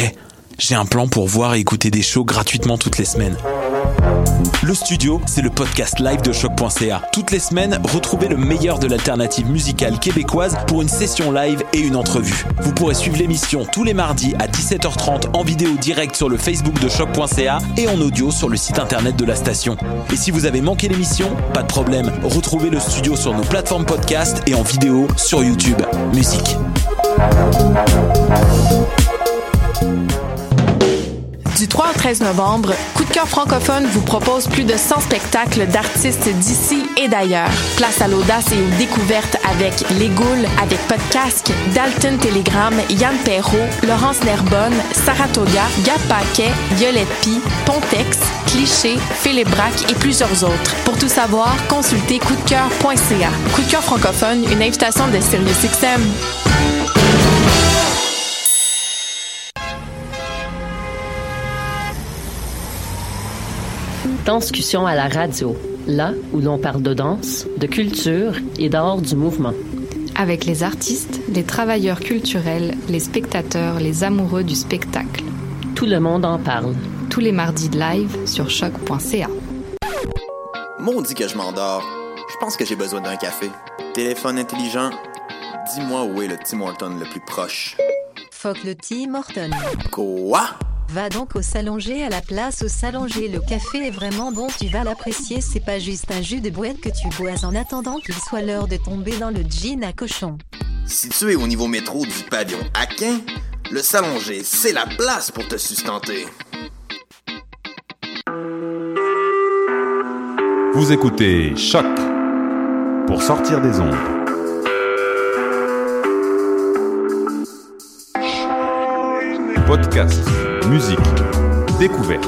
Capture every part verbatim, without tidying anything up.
Eh, j'ai un plan pour voir et écouter des shows gratuitement toutes les semaines. Le Studio, c'est le podcast live de choc point c a. Toutes les semaines, retrouvez le meilleur de l'alternative musicale québécoise pour une session live et une entrevue. Vous pourrez suivre l'émission tous les mardis à dix-sept heures trente en vidéo direct sur le Facebook de choc point c a et en audio sur le site internet de la station. Et si vous avez manqué l'émission, pas de problème, retrouvez le Studio sur nos plateformes podcast et en vidéo sur YouTube. Musique. Du trois au treize novembre, Coup de cœur francophone vous propose plus de cent spectacles d'artistes d'ici et d'ailleurs. Place à l'audace et aux découvertes avec Les Goules, avec Podcasque, Dalton Telegram, Yann Perrault, Laurence Nerbonne, Saratoga, Gab Paquet, Violette Pie, Pontex, Cliché, Philippe Braque et plusieurs autres. Pour tout savoir, consultez coup de cœur point c a. Coup de cœur francophone, une invitation de Sirius X M. Danscussion à la radio, là où l'on parle de danse, de culture et d'art du mouvement. Avec les artistes, les travailleurs culturels, les spectateurs, les amoureux du spectacle. Tout le monde en parle. Tous les mardis de live sur choc point c a. Maudit que je m'endors. Je pense que j'ai besoin d'un café. Téléphone intelligent, dis-moi où est le Tim Hortons le plus proche. Fuck le Tim Hortons. Quoi? Va donc au Salonger à la place au Salonger. Le café est vraiment bon, tu vas l'apprécier. C'est pas juste un jus de boîte que tu bois en attendant qu'il soit l'heure de tomber dans le gin à cochon. Situé au niveau métro du pavillon Aquin, le Salonger, c'est la place pour te sustenter. Vous écoutez Choc pour sortir des ondes. Podcast, musique, découverte.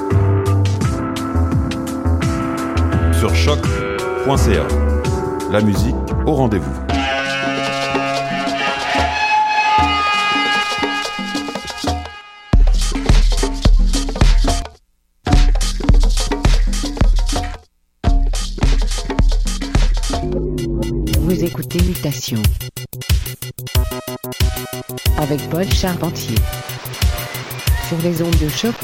Sur choc point c a. La musique au rendez-vous. Vous écoutez Mutation avec Paul Charpentier sur les ondes de choc.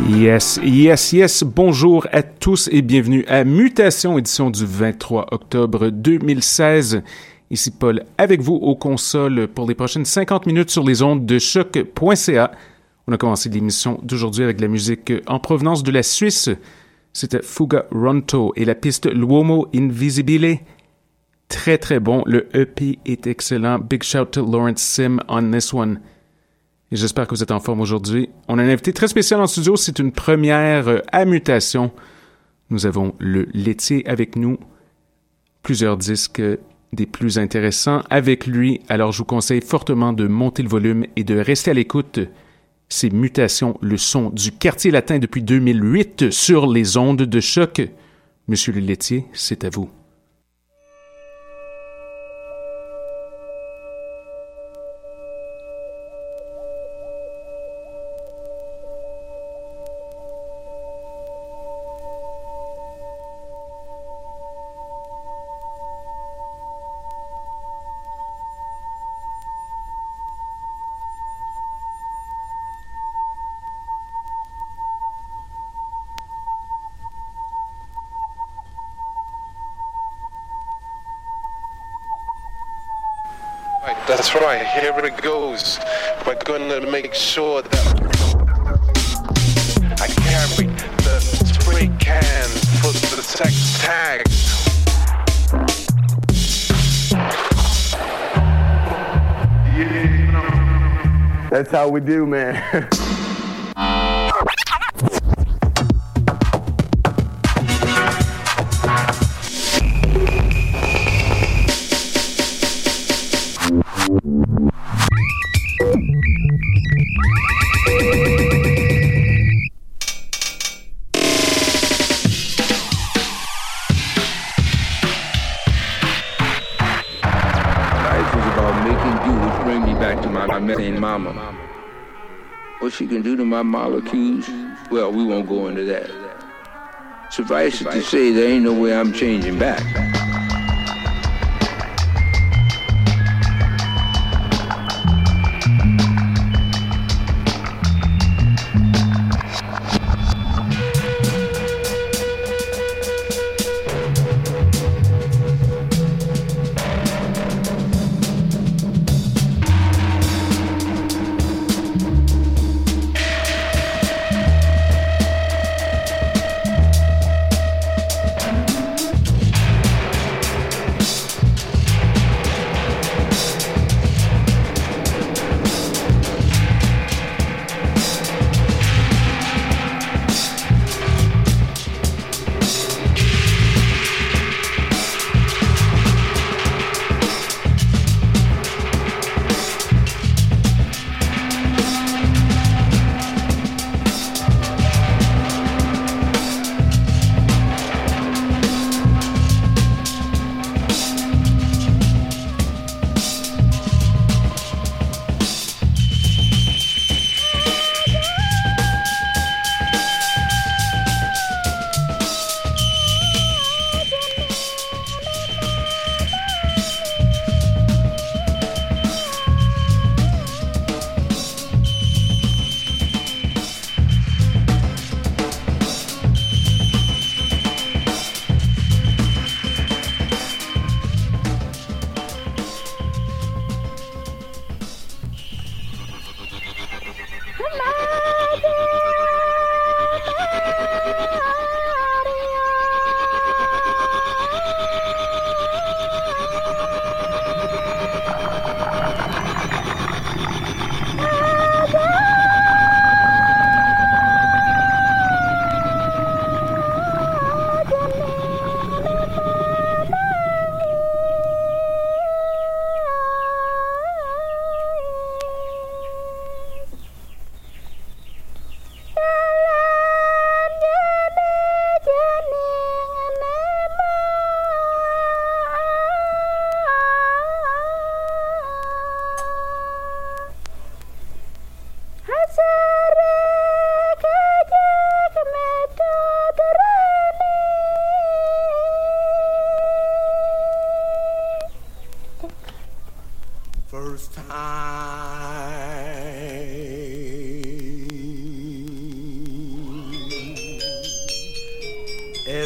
Yes, yes, yes. Bonjour à tous et bienvenue à Mutation, édition du vingt-trois octobre deux mille seize. Ici Paul avec vous aux consoles pour les prochaines cinquante minutes sur les ondes de choc point c a. On a commencé l'émission d'aujourd'hui avec de la musique en provenance de la Suisse. C'était Fuga Ronto et la piste L'Uomo Invisibile. Très très bon, le E P est excellent. Big shout to Lawrence Sim on this one. Et j'espère que vous êtes en forme aujourd'hui. On a un invité très spécial en studio, c'est une première à Mutation. Nous avons le laitier avec nous. Plusieurs disques des plus intéressants avec lui. Alors je vous conseille fortement de monter le volume et de rester à l'écoute. C'est Mutation, le son du quartier latin depuis deux mille huit sur les ondes de choc. Monsieur le laitier, c'est à vous. That's right, here it goes. We're gonna make sure that I carry the spray cans for the sex tags. That's how we do, man. Mama. What she can do to my molecules, well, we won't go into that. Suffice it to say, there ain't no way I'm changing back.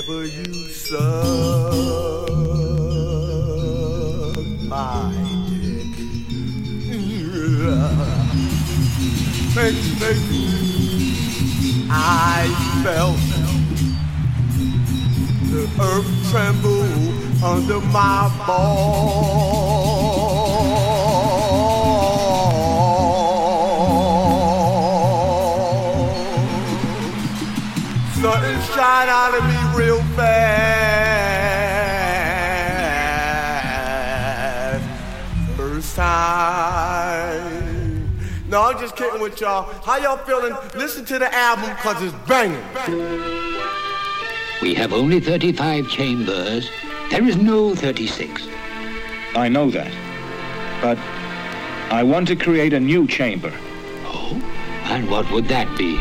whenever you suck my dick. Baby, baby, I felt the earth tremble under my balls. Something shine out of me real fast. First time. No, I'm just kidding with y'all. How y'all feeling? Listen to the album, cause it's banging. We have only thirty-five chambers. There is no thirty-six. I know that. But I want to create a new chamber. Oh? And what would that be?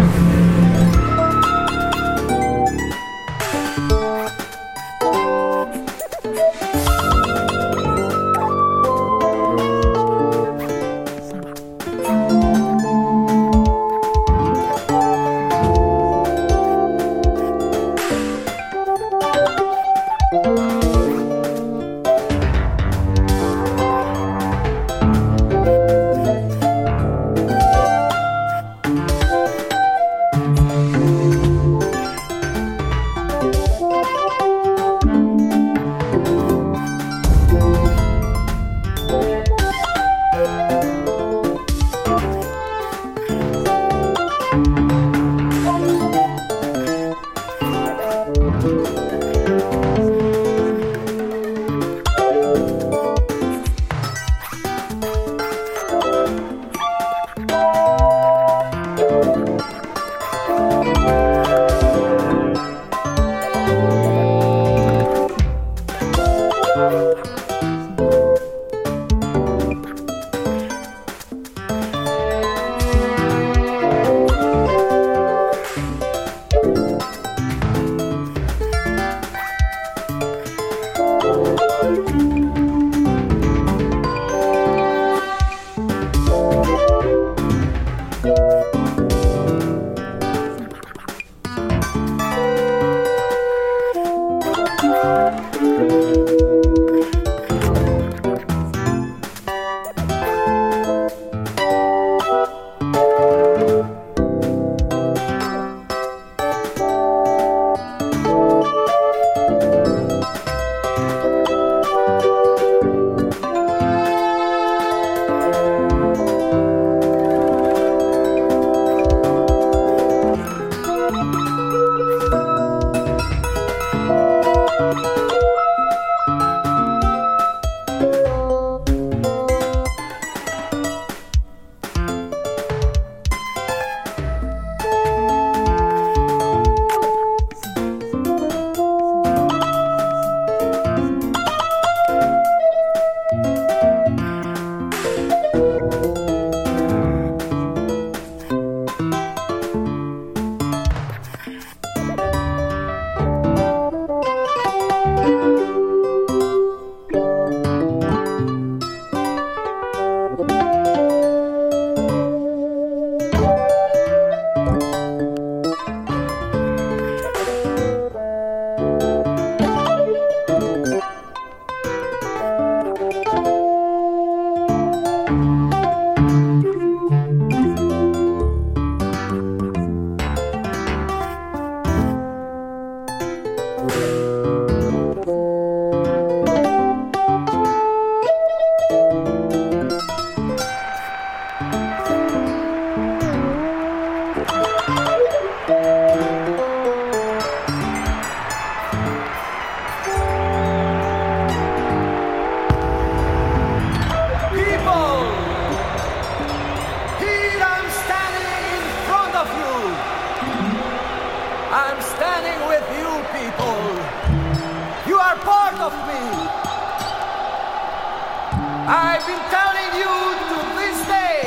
I've been telling you to this day,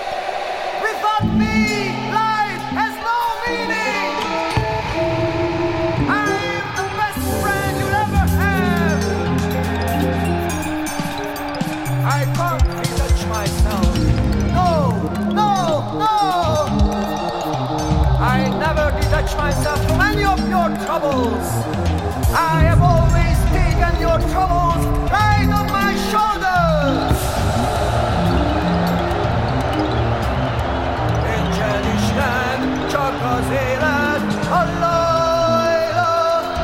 without me, life has no meaning. I'm the best friend you'll ever have. I can't detach myself. No, no, no. I never detach myself from any of your troubles. I have always taken your troubles right on my shoulders. İncelişten çok haziran Allah'ıyla.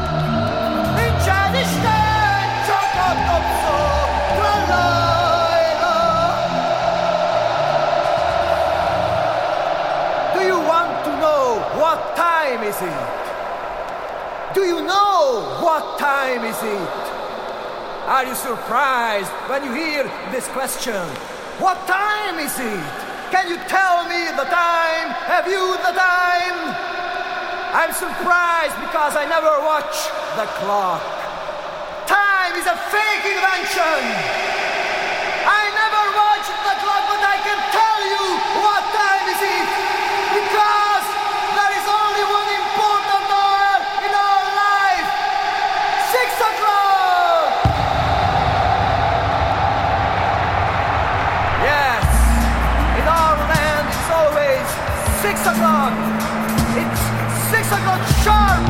İncelişten çok otopsu Allah'ıyla. Do you want to know what time is it? Do you know what time is it? Are you surprised when you hear this question? What time is it? Can you tell me the time? Have you the time? I'm surprised because I never watch the clock. Time is a fake invention. I never watched the clock, but I can tell you what time is it. Because there is only one important hour in our life. Six o'clock! Yes, in our land it's always six o'clock. It's six o'clock sharp.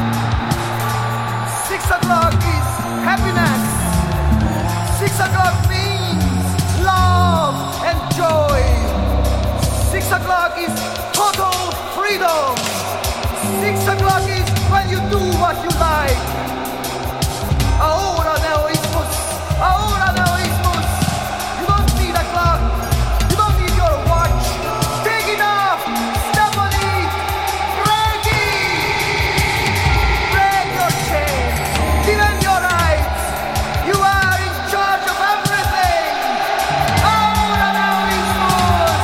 Six o'clock is happiness. Six o'clock means love and joy. Six o'clock is total freedom. Six o'clock is when you do what you like. Ahora neoismus, ahora neoismus. You don't need a clock. You don't need your watch. Take it off, step on it, break it. Break your chains, defend your rights. You are in charge of everything. Ahora neoismus.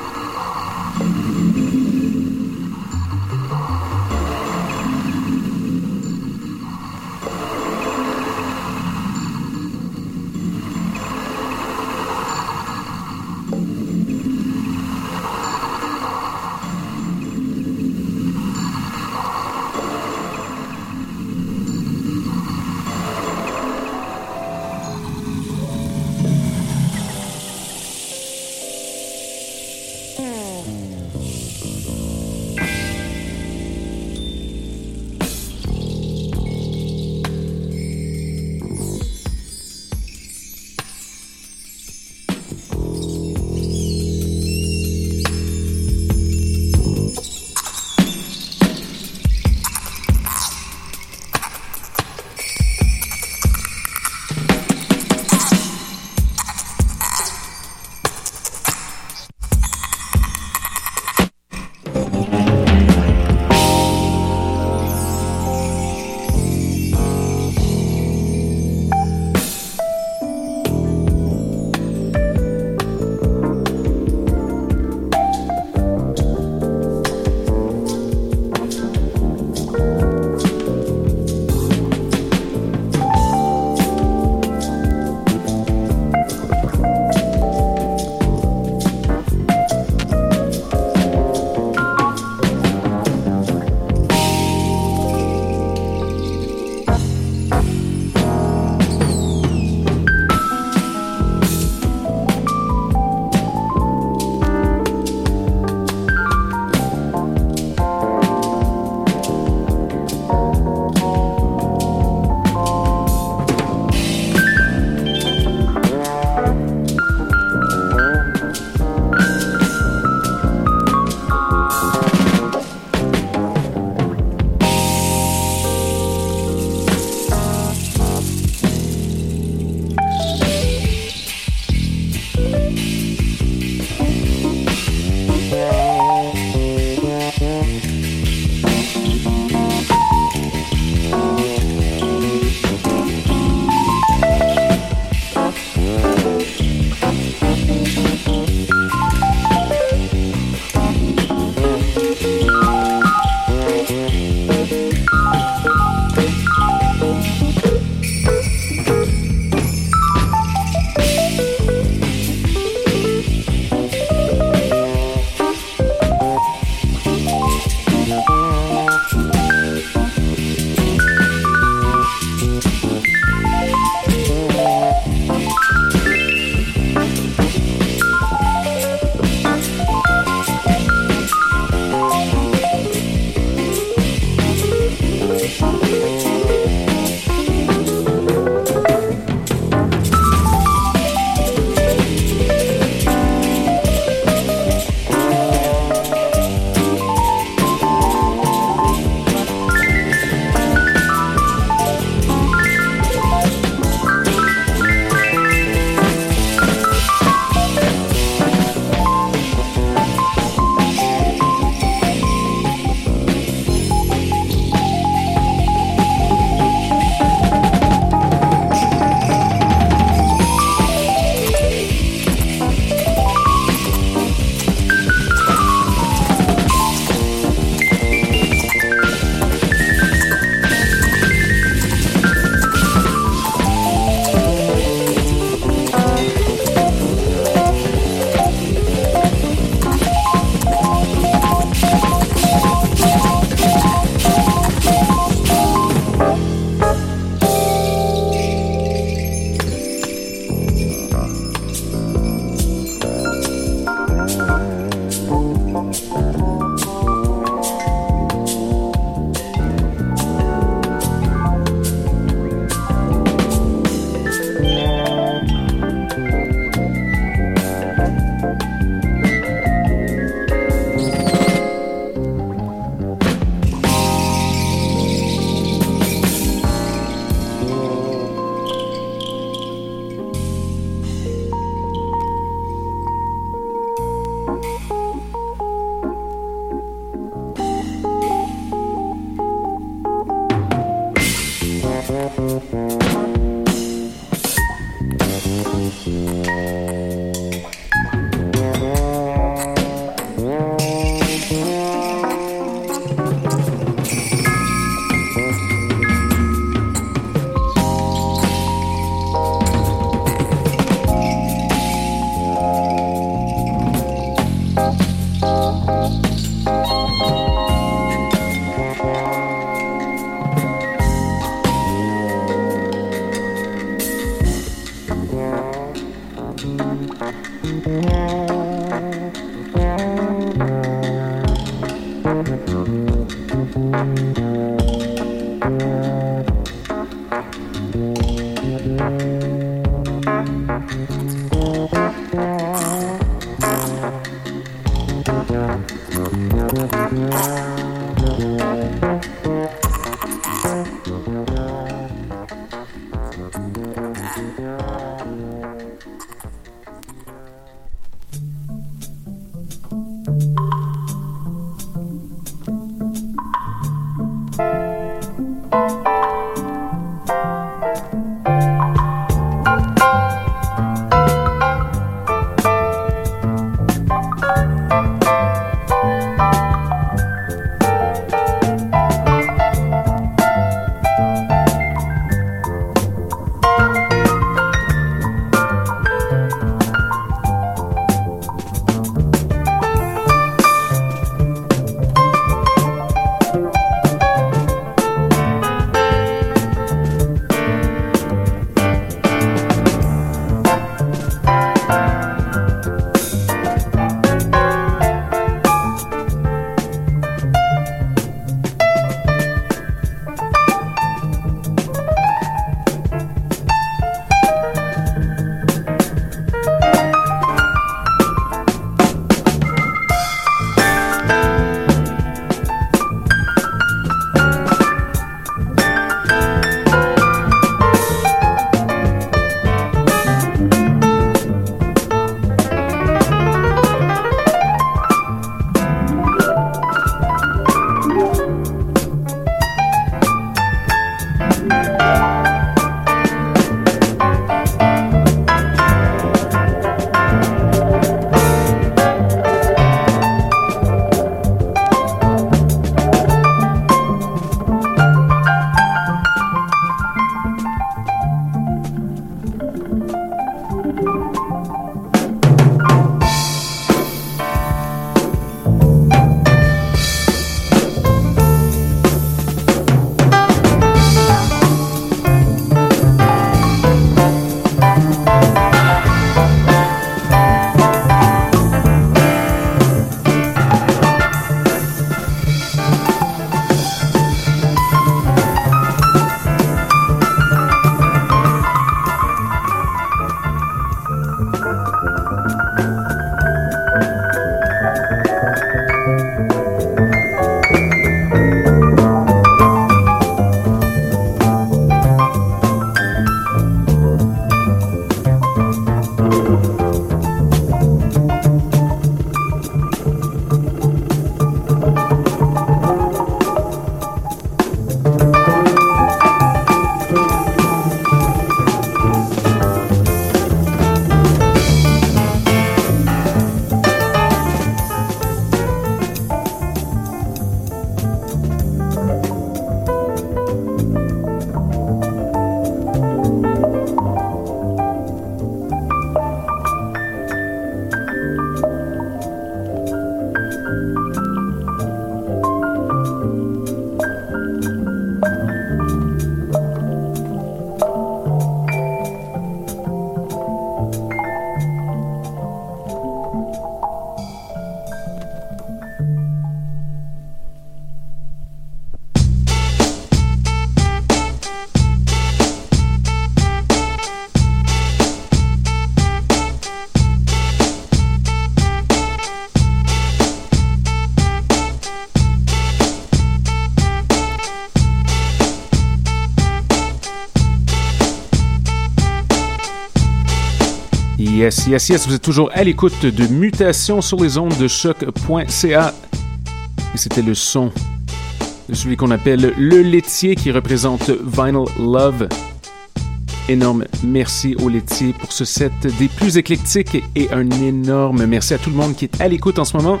Yes, yes, yes, vous êtes toujours à l'écoute de Mutation sur les ondes de choc point c a. Et c'était le son de celui qu'on appelle le laitier qui représente Vinyl Love. Énorme merci au laitier pour ce set des plus éclectiques et un énorme merci à tout le monde qui est à l'écoute en ce moment.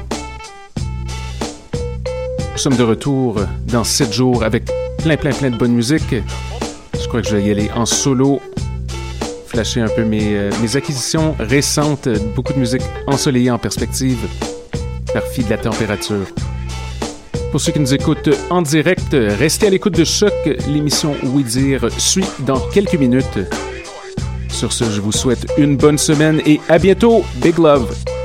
Nous sommes de retour dans sept jours avec plein, plein, plein de bonne musique. Je crois que je vais y aller en solo, flasher un peu mes, euh, mes acquisitions récentes, beaucoup de musique ensoleillée en perspective, par fil de la température. Pour ceux qui nous écoutent en direct, restez à l'écoute de Choc. L'émission Oui Dire suit dans quelques minutes. Sur ce, je vous souhaite une bonne semaine et à bientôt. Big love!